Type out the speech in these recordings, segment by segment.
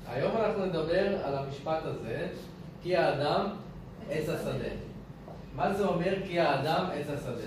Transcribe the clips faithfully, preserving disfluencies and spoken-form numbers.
היום אנחנו נדבר על המשפט הזה, כי האדם עץ השדה. מה זה אומר כי האדם עץ השדה?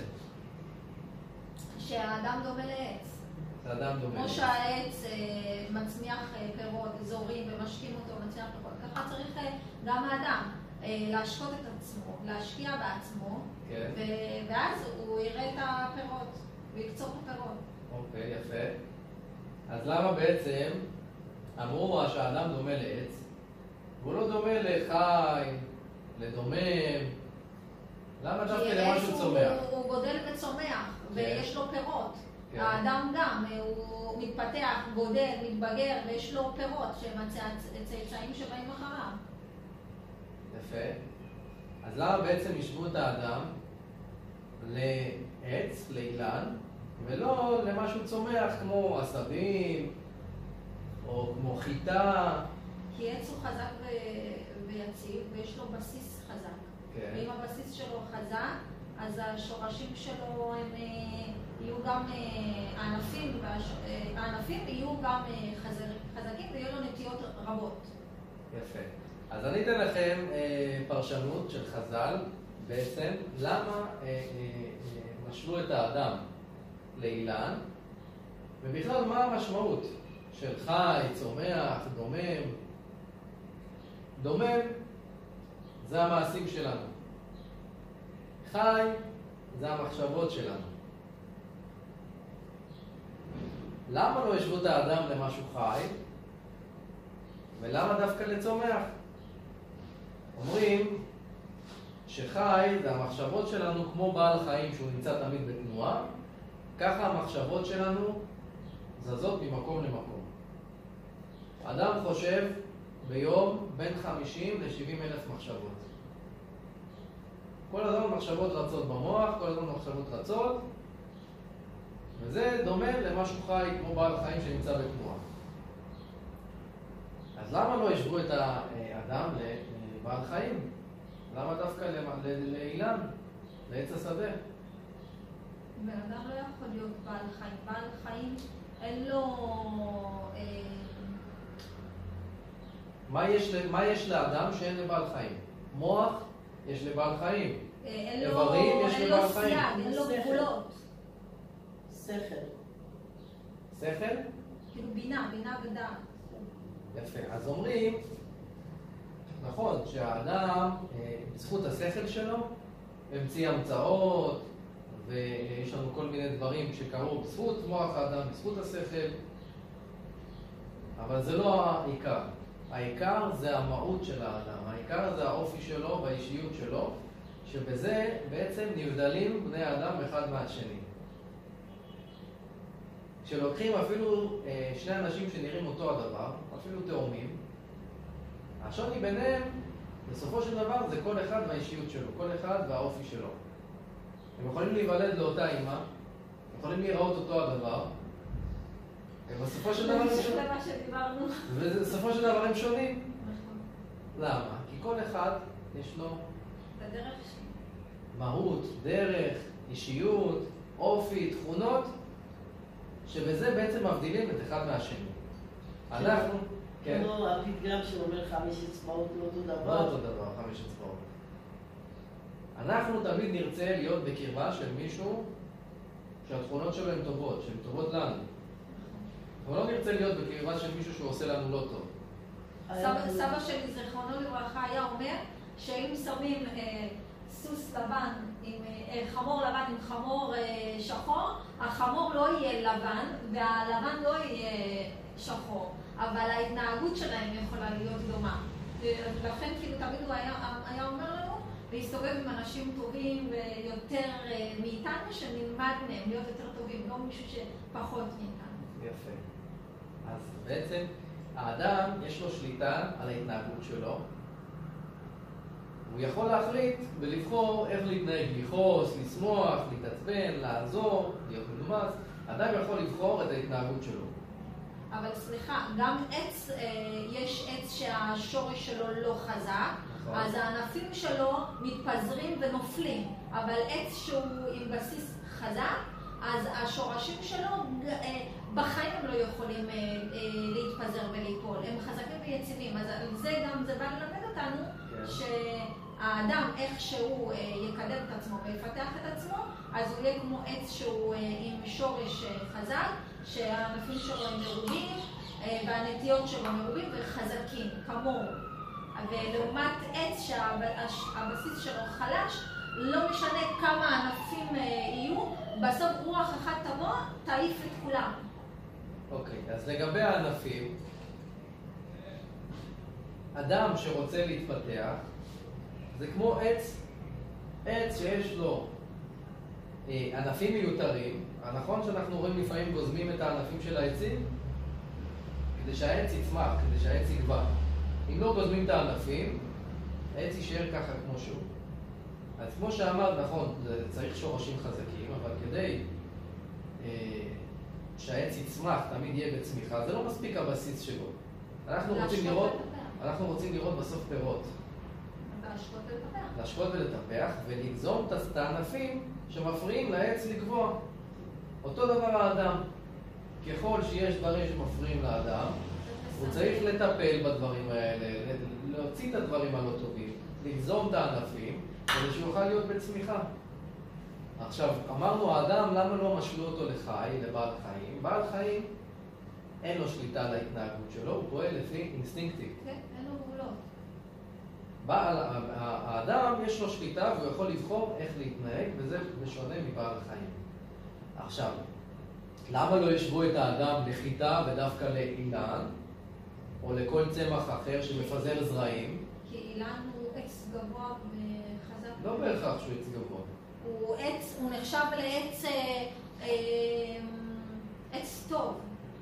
שהאדם דומה לעץ. שהאדם דומה כמו לעץ. שהעץ אה, מצמיח אה, פירות, זורים ומשקים אותו, מצמיח פירות. ככה צריך אה, גם האדם אה, להשקות את עצמו, להשקיע בעצמו, כן. ו- ואז הוא יראה את הפירות, הוא יקצור את הפירות. אוקיי, יפה. אז למה בעצם אמרו שהאדם דומה לעץ? והוא לא דומה לחי, לדומם. למה דווקא למשהו צומח? הוא, הוא גודל וצומח, כן. ויש לו פירות. כן. האדם גם, הוא מתפתח, גודל, מתבגר, ויש לו פירות שהם הצאצאים שבאים אחריו. יפה. אז למה בעצם ישבו את האדם לעץ, לאילן, ולא למשהו צומח כמו עשבים, או כמו חיטה? כי עץ הוא חזק ו- ויציב, ויש לו בסיס חזק. כן. ואם הבסיס שלו חזק, אז השורשים שלו הם אה, יהיו גם אה, הענפים, והש- אה, הענפים יהיו גם אה, חזר, חזקים ויהיו לו נטיות רבות. יפה. אז אני אתן לכם אה, פרשנות של חז"ל, בעצם, למה אה, אה, אה, משלו את האדם לאילן, ובכלל מה המשמעות של חי, צומח, דומם. דומם זה המעשים שלנו. חי זה המחשבות שלנו. למה לא השוו את האדם למשהו חי? ולמה דווקא לצומח? אומרים שחי זה המחשבות שלנו כמו בעל חיים שהוא נמצא תמיד בתנועה, ככה המחשבות שלנו זזות ממקום למקום. אדם חושב ביום בין חמישים ל-שבעים אלף מחשבות. כל הזמן מחשבות רצות במוח, כל הזמן מחשבות רצות, וזה דומה למשהו חי כמו בעל חיים שנמצא בתנועה. אז למה לא ישבו את האדם לבעל חיים? למה דווקא לאילן, לעץ השדה? בן אדם לא יכול להיות בעל חיים. בעל חיים אין לו... אה... מה יש, מה יש לאדם שאין לבעל חיים? מוח יש לבעל חיים. אין איברים לו, יש אין לבעל לו חיים. סייג, אין לו שכל. גבולות. שכל. שכל? כאילו בינה, בינה ודעת. יפה. אז אומרים, נכון, שהאדם, אה, בזכות השכל שלו, המציא המצאות, ויש לנו כל מיני דברים שקרו בזכות מוח האדם, בזכות השכל, אבל זה לא העיקר. העיקר זה המהות של האדם, העיקר זה האופי שלו והאישיות שלו, שבזה בעצם נבדלים בני האדם אחד מהשני. כשלוקחים אפילו אה, שני אנשים שנראים אותו הדבר, אפילו תאומים, השוני ביניהם, בסופו של דבר, זה כל אחד והאישיות שלו, כל אחד והאופי שלו. הם יכולים להיוולד לאותה אימא, יכולים להיראות אותו הדבר, ובסופו של דבר הם זה שונים. מה שדיברנו. ובסופו של דבר הם שונים. נכון. למה? כי כל אחד יש לו את הדרך שלי. מהות, דרך, אישיות, אופי, תכונות, שבזה בעצם מבדילים את אחד מהשני. אנחנו, כן, כמו הפתגם שאומר חמש אצבעות לא אותו לא דבר. אותו דבר, חמש אצבעות. אנחנו תמיד נרצה להיות בקרבה של מישהו שהתכונות שלו הן טובות, שהן טובות לנו. אבל לא נרצה להיות בקרבה של מישהו שהוא עושה לנו לא טוב. סבא, סבא שלי, זיכרונו לברכה, היה אומר שאם שמים אה, סוס לבן, עם, אה, חמור לבן עם חמור אה, שחור, החמור לא יהיה לבן והלבן לא יהיה שחור, אבל ההתנהגות שלהם יכולה להיות דומה. לכן כאילו תמיד הוא היה, היה אומר לנו להסתובב עם אנשים טובים ויותר אה, מאיתנו, שנלמד מהם להיות יותר טובים, לא מישהו שפחות מאיתנו. יפה. אז בעצם האדם יש לו שליטה על ההתנהגות שלו. הוא יכול להחליט ולבחור איך להתנהג, לכעוס, לשמוח, להתעצבן, לעזור, להיות מנומס. האדם יכול לבחור את ההתנהגות שלו. אבל סליחה, גם עץ, אה, יש עץ שהשורש שלו לא חזק, נכון. אז הענפים שלו מתפזרים ונופלים, אבל עץ שהוא עם בסיס חזק, אז השורשים שלו אה, בחיים הם לא יכולים אה, אה, להתפזר וליפול, הם חזקים ויציבים. אז על זה גם זה בא ללמד אותנו, כן. שהאדם איך שהוא אה, יקדם את עצמו ויפתח את עצמו, אז הוא יהיה כמו עץ שהוא אה, עם שורש אה, חזק, שהענפים שלו הם מרובים, אה, והנטיות שלו מרובים וחזקים, כמוהו. ולעומת עץ שהבסיס שלו חלש, לא משנה כמה ענפים יהיו, בסוף רוח אחת תבוא, תעיף את כולם. אוקיי, אז לגבי הענפים, אדם שרוצה להתפתח, זה כמו עץ, עץ שיש לו אה, ענפים מיותרים. נכון שאנחנו רואים לפעמים גוזמים את הענפים של העצים? כדי שהעץ יצמח, כדי שהעץ יגבר. אם לא גוזמים את הענפים, העץ יישאר ככה כמו שהוא. אז כמו שאמרת, נכון, צריך שורשים חזקים, אבל כדי אה, שהעץ יצמח, תמיד יהיה בצמיחה, זה לא מספיק הבסיס שלו. אנחנו רוצים לראות, אנחנו רוצים לראות בסוף פירות. להשקות ולטפח. להשקות ולטפח, ולגזום את הענפים שמפריעים לעץ לגבוה. אותו דבר האדם. ככל שיש דברים שמפריעים לאדם, הוא צריך לטפל בדברים האלה, להוציא את הדברים הלא טובים, לגזום את הענפים, כדי שהוא יוכל להיות בצמיחה. עכשיו, אמרנו, האדם, למה לא משלו אותו לחי, לבעל חיים? בעל חיים, אין לו שליטה על ההתנהגות שלו, הוא פועל לפי אינסטינקטיב. כן, אין לו גבולות. בעל, האדם יש לו שליטה והוא יכול לבחור איך להתנהג, וזה משונה מבעל חיים. עכשיו, למה לא ישבו את האדם לחיטה ודווקא לאילן, או לכל צמח אחר שמפזר זרעים? כי אילן הוא עץ גבוה וחזק. לא בהכרח שהוא עץ גבוה. הוא עץ, הוא נחשב לעץ אה, אה, עץ טוב.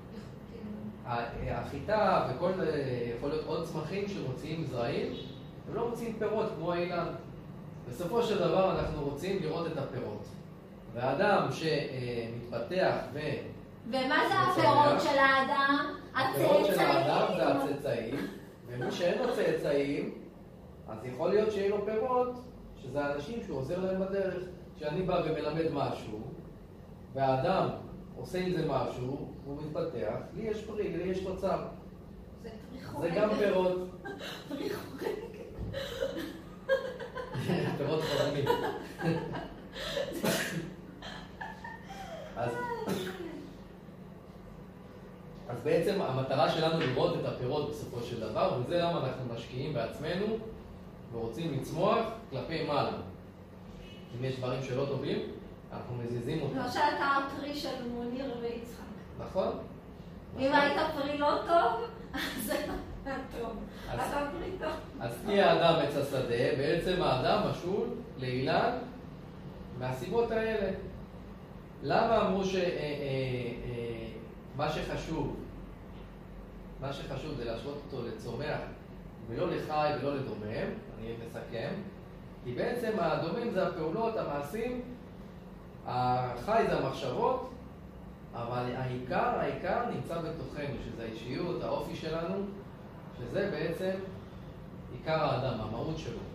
החיטה וכל, יכול להיות עוד צמחים שמוציאים זרעים, הם לא מוציאים פירות כמו האילן. בסופו של דבר אנחנו רוצים לראות את הפירות. והאדם שמתפתח ו... ומה זה הפירות של האדם? הפירות של האדם זה הצאצאים, ומי שאין לו צאצאים, אז יכול להיות שיהיה לו פירות, שזה האנשים שהוא עוזר להם בדרך. כשאני בא ומלמד משהו, והאדם עושה עם זה משהו, הוא מתפתח, לי יש פרי, לי יש תוצר. זה פרי זה גם פירות. פרי חורק. פירות חורמים. אז, אז בעצם המטרה שלנו לראות את הפירות בסופו של דבר, וזה למה אנחנו משקיעים בעצמנו ורוצים לצמוח כלפי מעלה. אם יש דברים שלא טובים, אנחנו מזיזים אותם. למשל אתה הפרי של מוניר ויצחק. נכון? אם היית פרי לא טוב, אז זה לא טוב. אתה פרי טוב. אז כי האדם עץ השדה, בעצם האדם משול לאילן מהסיבות האלה. למה אמרו שמה שחשוב, מה שחשוב זה להשוות אותו לצומח ולא לחי ולא לדומם? אני מסכם. כי בעצם הדומם זה הפעולות, המעשים, החי זה המחשבות, אבל העיקר, העיקר נמצא בתוכנו, שזה האישיות, האופי שלנו, שזה בעצם עיקר האדם, המהות שלו.